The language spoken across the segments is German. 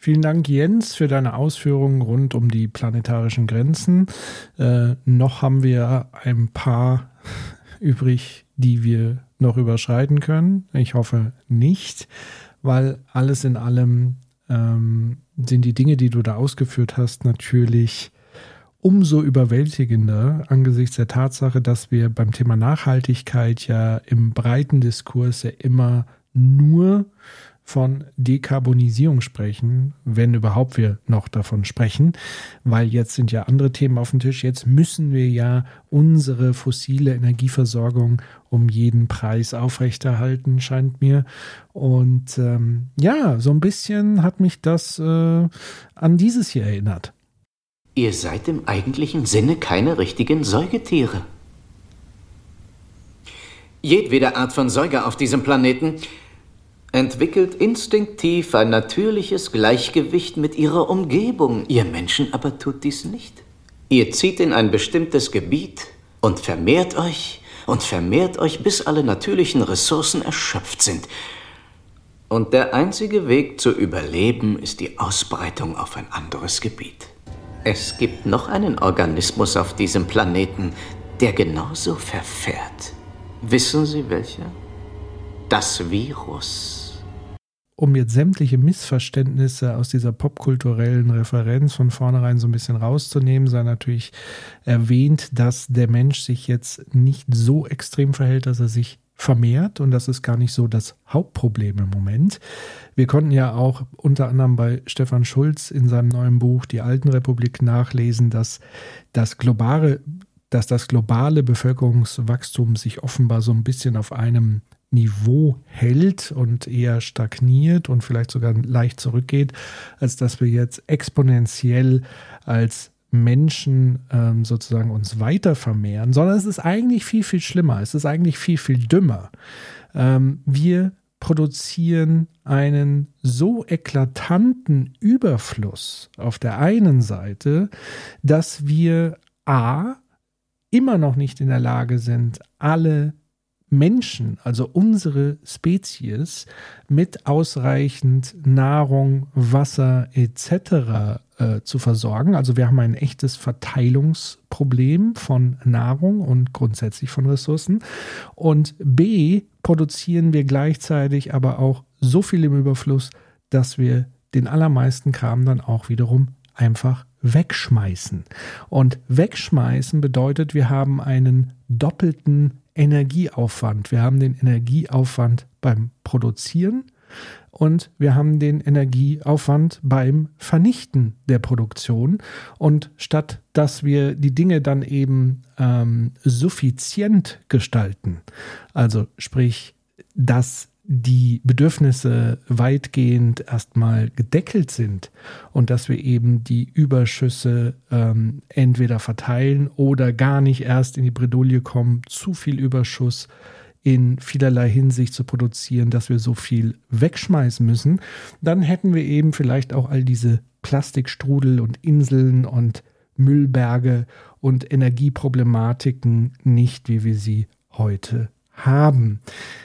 Vielen Dank, Jens, für deine Ausführungen rund um die planetarischen Grenzen. Noch haben wir ein paar übrig, die wir noch überschreiten können. Ich hoffe nicht, weil alles in allem sind die Dinge, die du da ausgeführt hast, natürlich umso überwältigender angesichts der Tatsache, dass wir beim Thema Nachhaltigkeit ja im breiten Diskurs ja immer nur von Dekarbonisierung sprechen, wenn überhaupt wir noch davon sprechen, weil jetzt sind ja andere Themen auf dem Tisch. Jetzt müssen wir ja unsere fossile Energieversorgung um jeden Preis aufrechterhalten, scheint mir. Und so ein bisschen hat mich das an dieses hier erinnert. Ihr seid im eigentlichen Sinne keine richtigen Säugetiere. Jedwede Art von Säuger auf diesem Planeten entwickelt instinktiv ein natürliches Gleichgewicht mit ihrer Umgebung. Ihr Menschen aber tut dies nicht. Ihr zieht in ein bestimmtes Gebiet und vermehrt euch, bis alle natürlichen Ressourcen erschöpft sind. Und der einzige Weg zu überleben ist die Ausbreitung auf ein anderes Gebiet. Es gibt noch einen Organismus auf diesem Planeten, der genauso verfährt. Wissen Sie welcher? Das Virus. Um jetzt sämtliche Missverständnisse aus dieser popkulturellen Referenz von vornherein so ein bisschen rauszunehmen, sei natürlich erwähnt, dass der Mensch sich jetzt nicht so extrem verhält, dass er sich vermehrt, und das ist gar nicht so das Hauptproblem im Moment. Wir konnten ja auch unter anderem bei Stefan Schulz in seinem neuen Buch Die Altenrepublik nachlesen, dass das globale Bevölkerungswachstum sich offenbar so ein bisschen auf einem Niveau hält und eher stagniert und vielleicht sogar leicht zurückgeht, als dass wir jetzt exponentiell als Menschen sozusagen uns weiter vermehren, sondern es ist eigentlich viel, viel schlimmer. Es ist eigentlich viel, viel dümmer. Wir produzieren einen so eklatanten Überfluss auf der einen Seite, dass wir immer noch nicht in der Lage sind, alle Menschen, also unsere Spezies, mit ausreichend Nahrung, Wasser etc. Zu versorgen. Also wir haben ein echtes Verteilungsproblem von Nahrung und grundsätzlich von Ressourcen. Und B, produzieren wir gleichzeitig aber auch so viel im Überfluss, dass wir den allermeisten Kram dann auch wiederum einfach wegschmeißen. Und wegschmeißen bedeutet, wir haben einen doppelten Energieaufwand. Wir haben den Energieaufwand beim Produzieren und wir haben den Energieaufwand beim Vernichten der Produktion. Und statt dass wir die Dinge dann eben suffizient gestalten, also sprich, dass die Bedürfnisse weitgehend erstmal gedeckelt sind und dass wir eben die Überschüsse entweder verteilen oder gar nicht erst in die Bredouille kommen, zu viel Überschuss in vielerlei Hinsicht zu produzieren, dass wir so viel wegschmeißen müssen, dann hätten wir eben vielleicht auch all diese Plastikstrudel und Inseln und Müllberge und Energieproblematiken nicht, wie wir sie heute haben.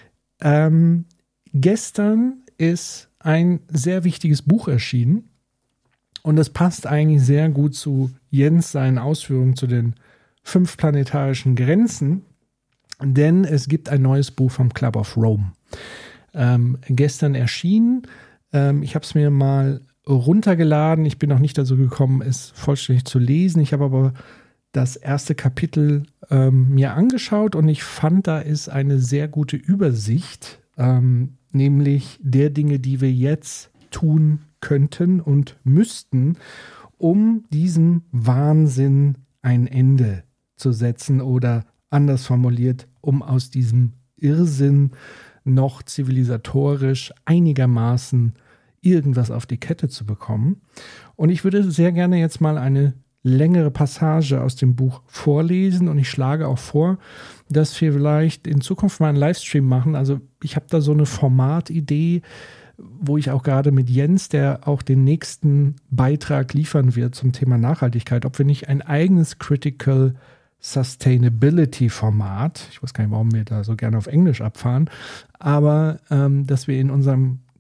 Gestern ist ein sehr wichtiges Buch erschienen und das passt eigentlich sehr gut zu Jens seinen Ausführungen zu den 5 planetarischen Grenzen, denn es gibt ein neues Buch vom Club of Rome. Gestern erschienen, ich habe es mir mal runtergeladen, ich bin noch nicht dazu gekommen, es vollständig zu lesen, ich habe aber das erste Kapitel mir angeschaut und ich fand, da ist eine sehr gute Übersicht, nämlich der Dinge, die wir jetzt tun könnten und müssten, um diesem Wahnsinn ein Ende zu setzen oder anders formuliert, um aus diesem Irrsinn noch zivilisatorisch einigermaßen irgendwas auf die Kette zu bekommen. Und ich würde sehr gerne jetzt mal eine längere Passage aus dem Buch vorlesen und ich schlage auch vor, dass wir vielleicht in Zukunft mal einen Livestream machen. Also ich habe da so eine Formatidee, wo ich auch gerade mit Jens, der auch den nächsten Beitrag liefern wird zum Thema Nachhaltigkeit, ob wir nicht ein eigenes Critical Sustainability Format, ich weiß gar nicht, warum wir da so gerne auf Englisch abfahren, aber dass wir in unserem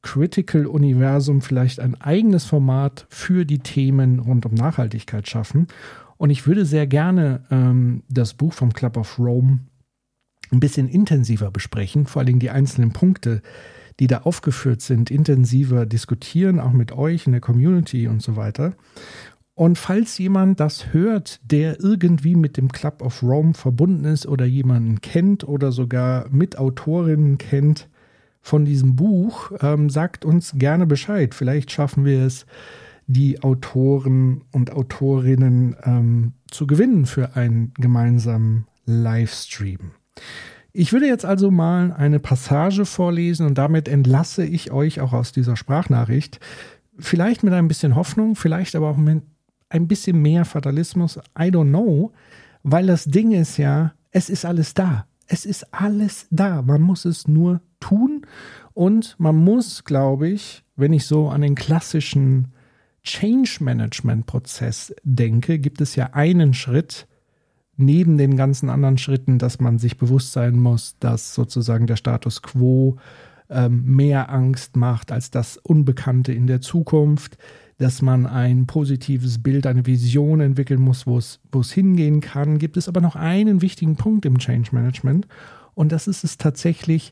Critical-Universum vielleicht ein eigenes Format für die Themen rund um Nachhaltigkeit schaffen. Und ich würde sehr gerne das Buch vom Club of Rome ein bisschen intensiver besprechen, vor allem die einzelnen Punkte, die da aufgeführt sind, intensiver diskutieren, auch mit euch in der Community und so weiter. Und falls jemand das hört, der irgendwie mit dem Club of Rome verbunden ist oder jemanden kennt oder sogar Mitautorinnen kennt von diesem Buch, sagt uns gerne Bescheid. Vielleicht schaffen wir es, die Autoren und Autorinnen zu gewinnen für einen gemeinsamen Livestream. Ich würde jetzt also mal eine Passage vorlesen und damit entlasse ich euch auch aus dieser Sprachnachricht. Vielleicht mit ein bisschen Hoffnung, vielleicht aber auch mit ein bisschen mehr Fatalismus. I don't know, weil das Ding ist ja, es ist alles da. Es ist alles da. Man muss es nur tun und man muss, glaube ich, wenn ich so an den klassischen Change-Management-Prozess denke, gibt es ja einen Schritt neben den ganzen anderen Schritten, dass man sich bewusst sein muss, dass sozusagen der Status quo mehr Angst macht als das Unbekannte in der Zukunft, dass man ein positives Bild, eine Vision entwickeln muss, wo es hingehen kann. Gibt es aber noch einen wichtigen Punkt im Change-Management und das ist es tatsächlich,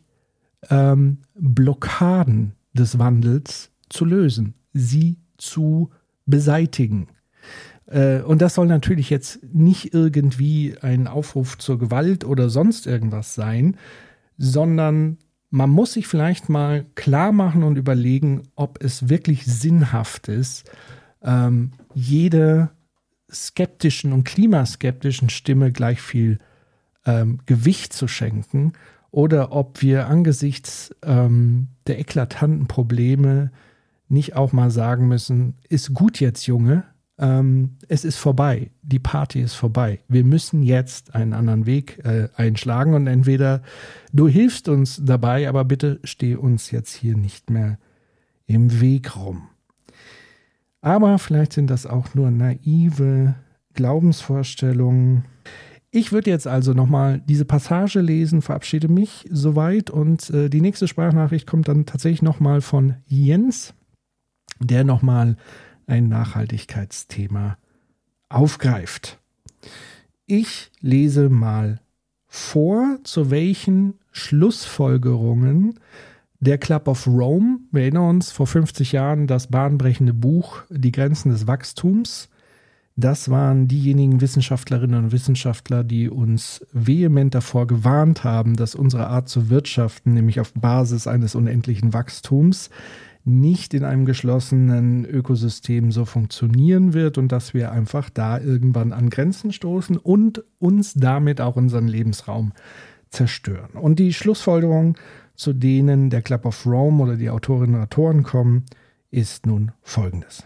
Blockaden des Wandels zu lösen, sie zu beseitigen. Und das soll natürlich jetzt nicht irgendwie ein Aufruf zur Gewalt oder sonst irgendwas sein, sondern man muss sich vielleicht mal klar machen und überlegen, ob es wirklich sinnhaft ist, jede skeptischen und klimaskeptischen Stimme gleich viel Gewicht zu schenken oder ob wir angesichts der eklatanten Probleme nicht auch mal sagen müssen, ist gut jetzt, Junge, es ist vorbei, die Party ist vorbei. Wir müssen jetzt einen anderen Weg einschlagen und entweder du hilfst uns dabei, aber bitte steh uns jetzt hier nicht mehr im Weg rum. Aber vielleicht sind das auch nur naive Glaubensvorstellungen. Ich würde jetzt also nochmal diese Passage lesen, verabschiede mich soweit und die nächste Sprachnachricht kommt dann tatsächlich nochmal von Jens, der nochmal ein Nachhaltigkeitsthema aufgreift. Ich lese mal vor, zu welchen Schlussfolgerungen der Club of Rome, wir erinnern uns, vor 50 Jahren das bahnbrechende Buch Die Grenzen des Wachstums, das waren diejenigen Wissenschaftlerinnen und Wissenschaftler, die uns vehement davor gewarnt haben, dass unsere Art zu wirtschaften, nämlich auf Basis eines unendlichen Wachstums, nicht in einem geschlossenen Ökosystem so funktionieren wird und dass wir einfach da irgendwann an Grenzen stoßen und uns damit auch unseren Lebensraum zerstören. Und die Schlussfolgerung, zu denen der Club of Rome oder die Autorinnen und Autoren kommen, ist nun folgendes.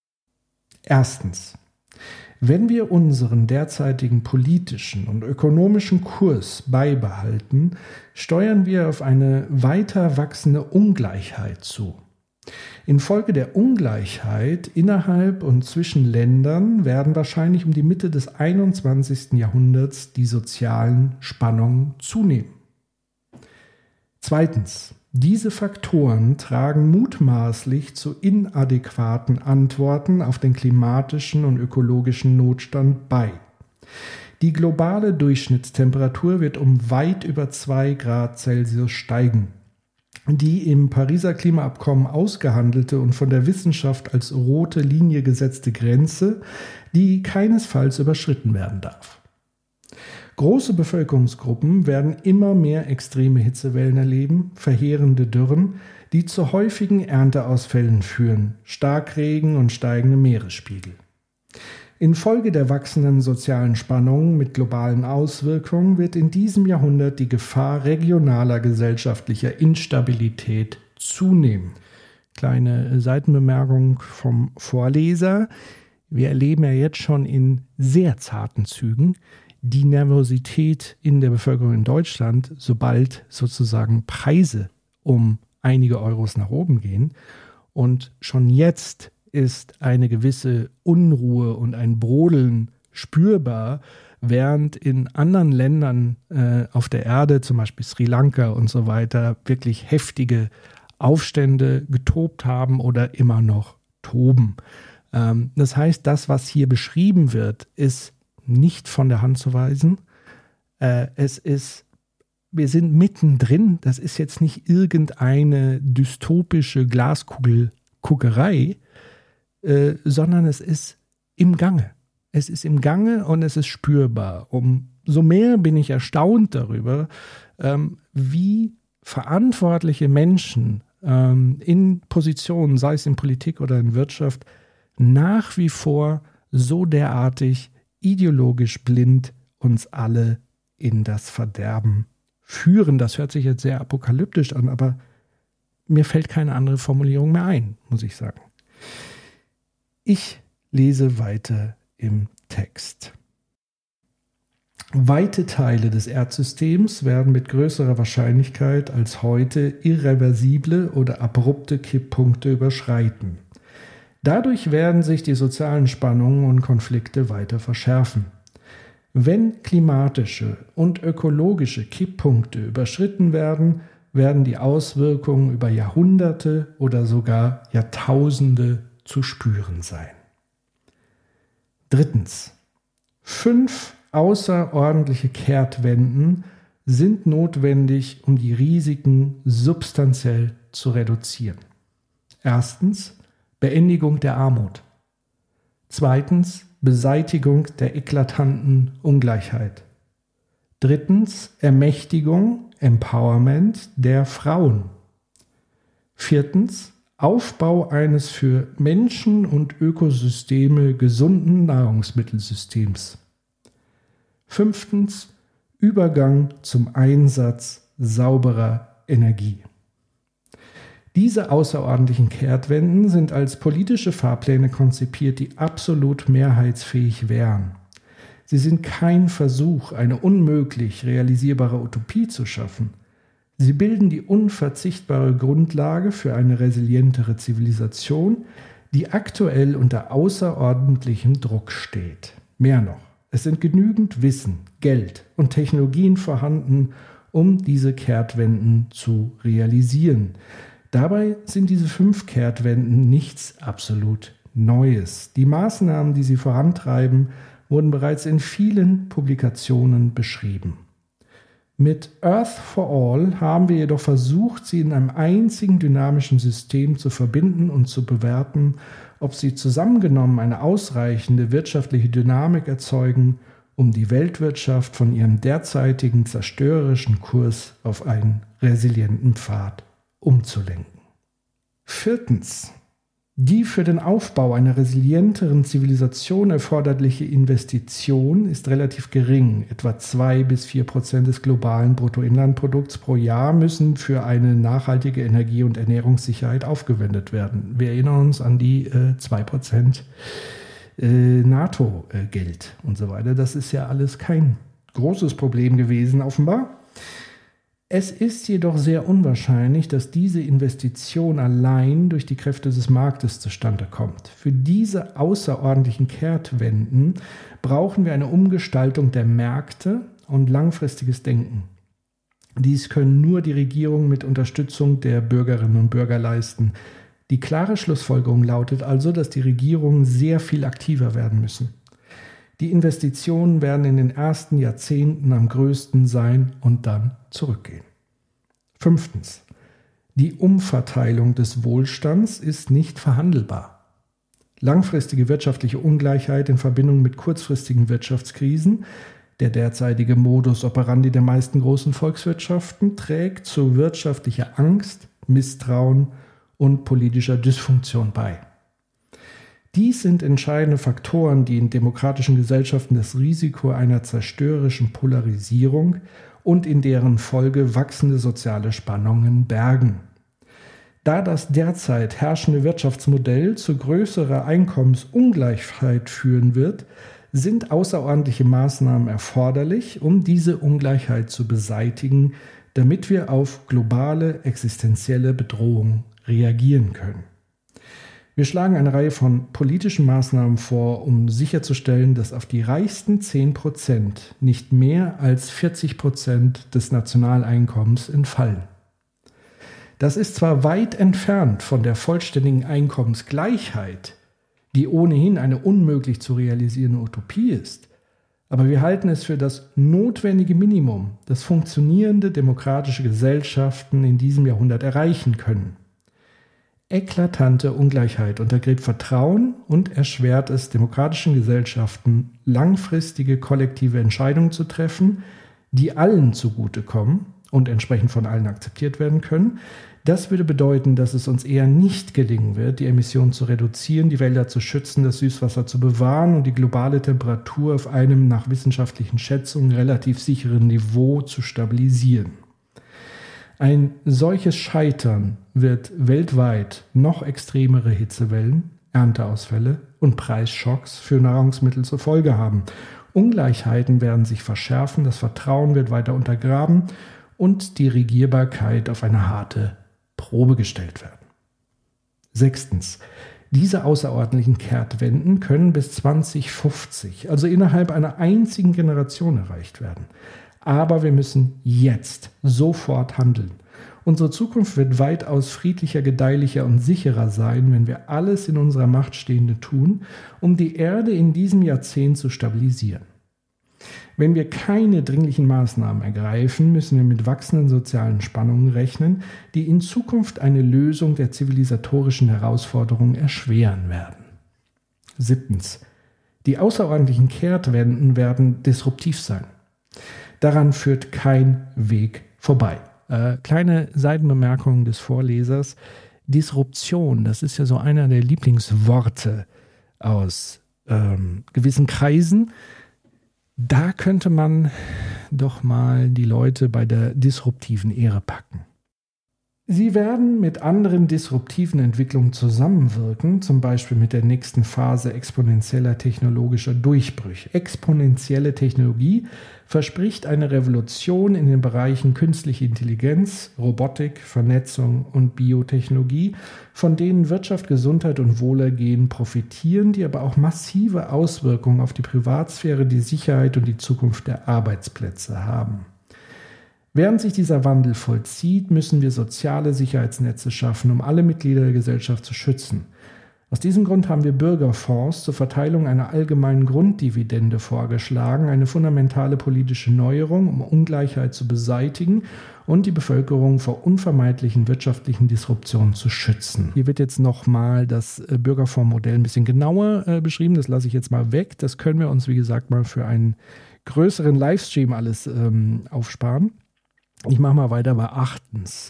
Erstens. Wenn wir unseren derzeitigen politischen und ökonomischen Kurs beibehalten, steuern wir auf eine weiter wachsende Ungleichheit zu. Infolge der Ungleichheit innerhalb und zwischen Ländern werden wahrscheinlich um die Mitte des 21. Jahrhunderts die sozialen Spannungen zunehmen. Zweitens. Diese Faktoren tragen mutmaßlich zu inadäquaten Antworten auf den klimatischen und ökologischen Notstand bei. Die globale Durchschnittstemperatur wird um weit über 2 Grad Celsius steigen. Die im Pariser Klimaabkommen ausgehandelte und von der Wissenschaft als rote Linie gesetzte Grenze, die keinesfalls überschritten werden darf. Große Bevölkerungsgruppen werden immer mehr extreme Hitzewellen erleben, verheerende Dürren, die zu häufigen Ernteausfällen führen, Starkregen und steigende Meeresspiegel. Infolge der wachsenden sozialen Spannungen mit globalen Auswirkungen wird in diesem Jahrhundert die Gefahr regionaler gesellschaftlicher Instabilität zunehmen. Kleine Seitenbemerkung vom Vorleser. Wir erleben ja jetzt schon in sehr zarten Zügen die Nervosität in der Bevölkerung in Deutschland, sobald sozusagen Preise um einige Euros nach oben gehen. Und schon jetzt ist eine gewisse Unruhe und ein Brodeln spürbar, während in anderen Ländern auf der Erde, zum Beispiel Sri Lanka und so weiter, wirklich heftige Aufstände getobt haben oder immer noch toben. Das heißt, das, was hier beschrieben wird, ist nicht von der Hand zu weisen. Wir sind mittendrin. Das ist jetzt nicht irgendeine dystopische Glaskugelguckerei, sondern es ist im Gange. Es ist im Gange und es ist spürbar. Umso mehr bin ich erstaunt darüber, wie verantwortliche Menschen in Positionen, sei es in Politik oder in Wirtschaft, nach wie vor so derartig ideologisch blind uns alle in das Verderben führen. Das hört sich jetzt sehr apokalyptisch an, aber mir fällt keine andere Formulierung mehr ein, muss ich sagen. Ich lese weiter im Text. Weite Teile des Erdsystems werden mit größerer Wahrscheinlichkeit als heute irreversible oder abrupte Kipppunkte überschreiten. Dadurch werden sich die sozialen Spannungen und Konflikte weiter verschärfen. Wenn klimatische und ökologische Kipppunkte überschritten werden, werden die Auswirkungen über Jahrhunderte oder sogar Jahrtausende zu spüren sein. Drittens. 5 außerordentliche Kehrtwenden sind notwendig, um die Risiken substanziell zu reduzieren. Erstens, Beendigung der Armut. Zweitens, Beseitigung der eklatanten Ungleichheit. Drittens, Ermächtigung, Empowerment der Frauen. Viertens, Aufbau eines für Menschen und Ökosysteme gesunden Nahrungsmittelsystems. Fünftens, Übergang zum Einsatz sauberer Energie. Diese außerordentlichen Kehrtwenden sind als politische Fahrpläne konzipiert, die absolut mehrheitsfähig wären. Sie sind kein Versuch, eine unmöglich realisierbare Utopie zu schaffen. Sie bilden die unverzichtbare Grundlage für eine resilientere Zivilisation, die aktuell unter außerordentlichem Druck steht. Mehr noch, es sind genügend Wissen, Geld und Technologien vorhanden, um diese Kehrtwenden zu realisieren. Dabei sind diese 5 Kehrtwenden nichts absolut Neues. Die Maßnahmen, die sie vorantreiben, wurden bereits in vielen Publikationen beschrieben. Mit Earth for All haben wir jedoch versucht, sie in einem einzigen dynamischen System zu verbinden und zu bewerten, ob sie zusammengenommen eine ausreichende wirtschaftliche Dynamik erzeugen, um die Weltwirtschaft von ihrem derzeitigen zerstörerischen Kurs auf einen resilienten Pfad umzulenken. Viertens. Die für den Aufbau einer resilienteren Zivilisation erforderliche Investition ist relativ gering. Etwa 2-4% des globalen Bruttoinlandprodukts pro Jahr müssen für eine nachhaltige Energie- und Ernährungssicherheit aufgewendet werden. Wir erinnern uns an die 2% NATO-Geld und so weiter. Das ist ja alles kein großes Problem gewesen, offenbar. Es ist jedoch sehr unwahrscheinlich, dass diese Investition allein durch die Kräfte des Marktes zustande kommt. Für diese außerordentlichen Kehrtwenden brauchen wir eine Umgestaltung der Märkte und langfristiges Denken. Dies können nur die Regierungen mit Unterstützung der Bürgerinnen und Bürger leisten. Die klare Schlussfolgerung lautet also, dass die Regierungen sehr viel aktiver werden müssen. Die Investitionen werden in den ersten Jahrzehnten am größten sein und dann zurückgehen. Fünftens. Die Umverteilung des Wohlstands ist nicht verhandelbar. Langfristige wirtschaftliche Ungleichheit in Verbindung mit kurzfristigen Wirtschaftskrisen, der derzeitige Modus operandi der meisten großen Volkswirtschaften, trägt zu wirtschaftlicher Angst, Misstrauen und politischer Dysfunktion bei. Dies sind entscheidende Faktoren, die in demokratischen Gesellschaften das Risiko einer zerstörerischen Polarisierung und in deren Folge wachsende soziale Spannungen bergen. Da das derzeit herrschende Wirtschaftsmodell zu größerer Einkommensungleichheit führen wird, sind außerordentliche Maßnahmen erforderlich, um diese Ungleichheit zu beseitigen, damit wir auf globale existenzielle Bedrohungen reagieren können. Wir schlagen eine Reihe von politischen Maßnahmen vor, um sicherzustellen, dass auf die reichsten 10% nicht mehr als 40% des Nationaleinkommens entfallen. Das ist zwar weit entfernt von der vollständigen Einkommensgleichheit, die ohnehin eine unmöglich zu realisierende Utopie ist, aber wir halten es für das notwendige Minimum, das funktionierende demokratische Gesellschaften in diesem Jahrhundert erreichen können. Eklatante Ungleichheit untergräbt Vertrauen und erschwert es demokratischen Gesellschaften, langfristige kollektive Entscheidungen zu treffen, die allen zugutekommen und entsprechend von allen akzeptiert werden können. Das würde bedeuten, dass es uns eher nicht gelingen wird, die Emissionen zu reduzieren, die Wälder zu schützen, das Süßwasser zu bewahren und die globale Temperatur auf einem nach wissenschaftlichen Schätzungen relativ sicheren Niveau zu stabilisieren. Ein solches Scheitern wird weltweit noch extremere Hitzewellen, Ernteausfälle und Preisschocks für Nahrungsmittel zur Folge haben. Ungleichheiten werden sich verschärfen, das Vertrauen wird weiter untergraben und die Regierbarkeit auf eine harte Probe gestellt werden. 6. Diese außerordentlichen Kehrtwenden können bis 2050, also innerhalb einer einzigen Generation, erreicht werden. Aber wir müssen jetzt sofort handeln. Unsere Zukunft wird weitaus friedlicher, gedeihlicher und sicherer sein, wenn wir alles in unserer Macht Stehende tun, um die Erde in diesem Jahrzehnt zu stabilisieren. Wenn wir keine dringlichen Maßnahmen ergreifen, müssen wir mit wachsenden sozialen Spannungen rechnen, die in Zukunft eine Lösung der zivilisatorischen Herausforderungen erschweren werden. 7. Die außerordentlichen Kehrtwenden werden disruptiv sein. Daran führt kein Weg vorbei. Kleine Seitenbemerkung des Vorlesers. Disruption, das ist ja so einer der Lieblingsworte aus gewissen Kreisen. Da könnte man doch mal die Leute bei der disruptiven Ehre packen. Sie werden mit anderen disruptiven Entwicklungen zusammenwirken, zum Beispiel mit der nächsten Phase exponentieller technologischer Durchbrüche. Exponentielle Technologie verspricht eine Revolution in den Bereichen künstliche Intelligenz, Robotik, Vernetzung und Biotechnologie, von denen Wirtschaft, Gesundheit und Wohlergehen profitieren, die aber auch massive Auswirkungen auf die Privatsphäre, die Sicherheit und die Zukunft der Arbeitsplätze haben. Während sich dieser Wandel vollzieht, müssen wir soziale Sicherheitsnetze schaffen, um alle Mitglieder der Gesellschaft zu schützen. Aus diesem Grund haben wir Bürgerfonds zur Verteilung einer allgemeinen Grunddividende vorgeschlagen, eine fundamentale politische Neuerung, um Ungleichheit zu beseitigen und die Bevölkerung vor unvermeidlichen wirtschaftlichen Disruptionen zu schützen. Hier wird jetzt nochmal das Bürgerfondsmodell ein bisschen genauer beschrieben, das lasse ich jetzt mal weg. Das können wir uns, wie gesagt, mal für einen größeren Livestream alles aufsparen. Ich mache mal weiter bei 8.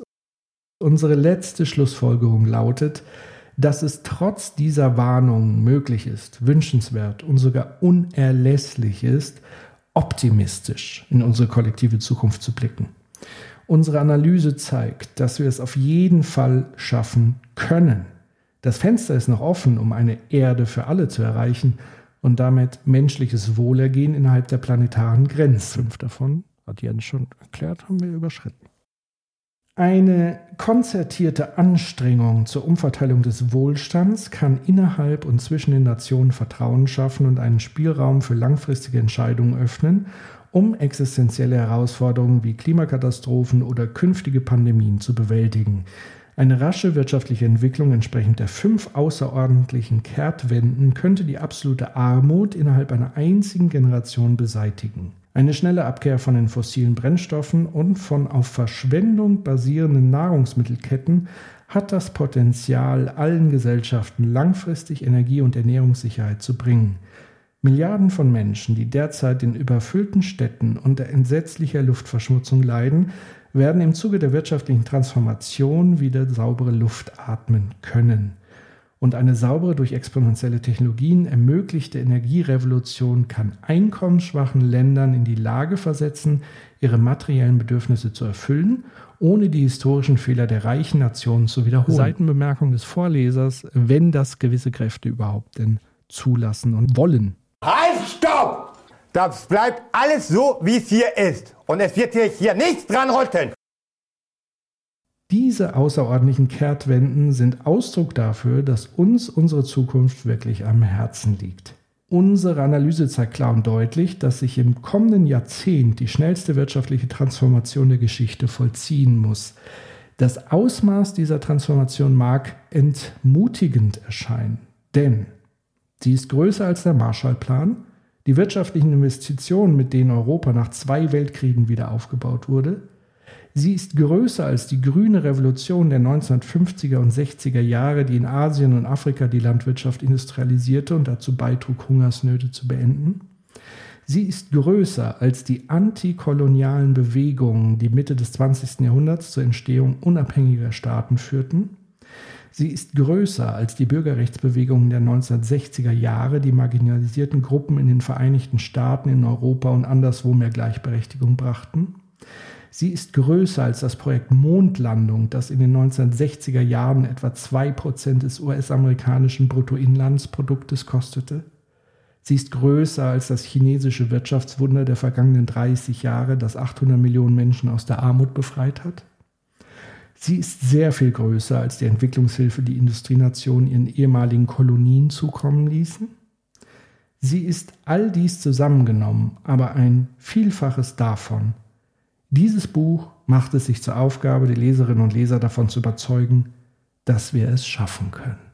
Unsere letzte Schlussfolgerung lautet, dass es trotz dieser Warnung möglich ist, wünschenswert und sogar unerlässlich ist, optimistisch in unsere kollektive Zukunft zu blicken. Unsere Analyse zeigt, dass wir es auf jeden Fall schaffen können. Das Fenster ist noch offen, um eine Erde für alle zu erreichen und damit menschliches Wohlergehen innerhalb der planetaren Grenzen. 5 davon, hat Jens schon erklärt, haben wir überschritten. Eine konzertierte Anstrengung zur Umverteilung des Wohlstands kann innerhalb und zwischen den Nationen Vertrauen schaffen und einen Spielraum für langfristige Entscheidungen öffnen, um existenzielle Herausforderungen wie Klimakatastrophen oder künftige Pandemien zu bewältigen. Eine rasche wirtschaftliche Entwicklung entsprechend der 5 außerordentlichen Kehrtwenden könnte die absolute Armut innerhalb einer einzigen Generation beseitigen. Eine schnelle Abkehr von den fossilen Brennstoffen und von auf Verschwendung basierenden Nahrungsmittelketten hat das Potenzial, allen Gesellschaften langfristig Energie- und Ernährungssicherheit zu bringen. Milliarden von Menschen, die derzeit in überfüllten Städten unter entsetzlicher Luftverschmutzung leiden, werden im Zuge der wirtschaftlichen Transformation wieder saubere Luft atmen können. Und eine saubere, durch exponentielle Technologien ermöglichte Energierevolution kann einkommensschwachen Ländern in die Lage versetzen, ihre materiellen Bedürfnisse zu erfüllen, ohne die historischen Fehler der reichen Nationen zu wiederholen. Seitenbemerkung des Vorlesers, wenn das gewisse Kräfte überhaupt denn zulassen und wollen. Halt, stopp! Das bleibt alles so, wie es hier ist. Und es wird hier nichts dran rütteln. Diese außerordentlichen Kehrtwenden sind Ausdruck dafür, dass uns unsere Zukunft wirklich am Herzen liegt. Unsere Analyse zeigt klar und deutlich, dass sich im kommenden Jahrzehnt die schnellste wirtschaftliche Transformation der Geschichte vollziehen muss. Das Ausmaß dieser Transformation mag entmutigend erscheinen, denn sie ist größer als der Marshallplan, die wirtschaftlichen Investitionen, mit denen Europa nach 2 Weltkriegen wieder aufgebaut wurde. Sie ist größer als die grüne Revolution der 1950er und 60er Jahre, die in Asien und Afrika die Landwirtschaft industrialisierte und dazu beitrug, Hungersnöte zu beenden. Sie ist größer als die antikolonialen Bewegungen, die Mitte des 20. Jahrhunderts zur Entstehung unabhängiger Staaten führten. Sie ist größer als die Bürgerrechtsbewegungen der 1960er Jahre, die marginalisierten Gruppen in den Vereinigten Staaten, in Europa und anderswo mehr Gleichberechtigung brachten. Sie ist größer als das Projekt Mondlandung, das in den 1960er Jahren etwa 2% des US-amerikanischen Bruttoinlandsproduktes kostete. Sie ist größer als das chinesische Wirtschaftswunder der vergangenen 30 Jahre, das 800 Millionen Menschen aus der Armut befreit hat. Sie ist sehr viel größer als die Entwicklungshilfe, die Industrienationen ihren ehemaligen Kolonien zukommen ließen. Sie ist all dies zusammengenommen, aber ein Vielfaches davon. Dieses Buch macht es sich zur Aufgabe, die Leserinnen und Leser davon zu überzeugen, dass wir es schaffen können.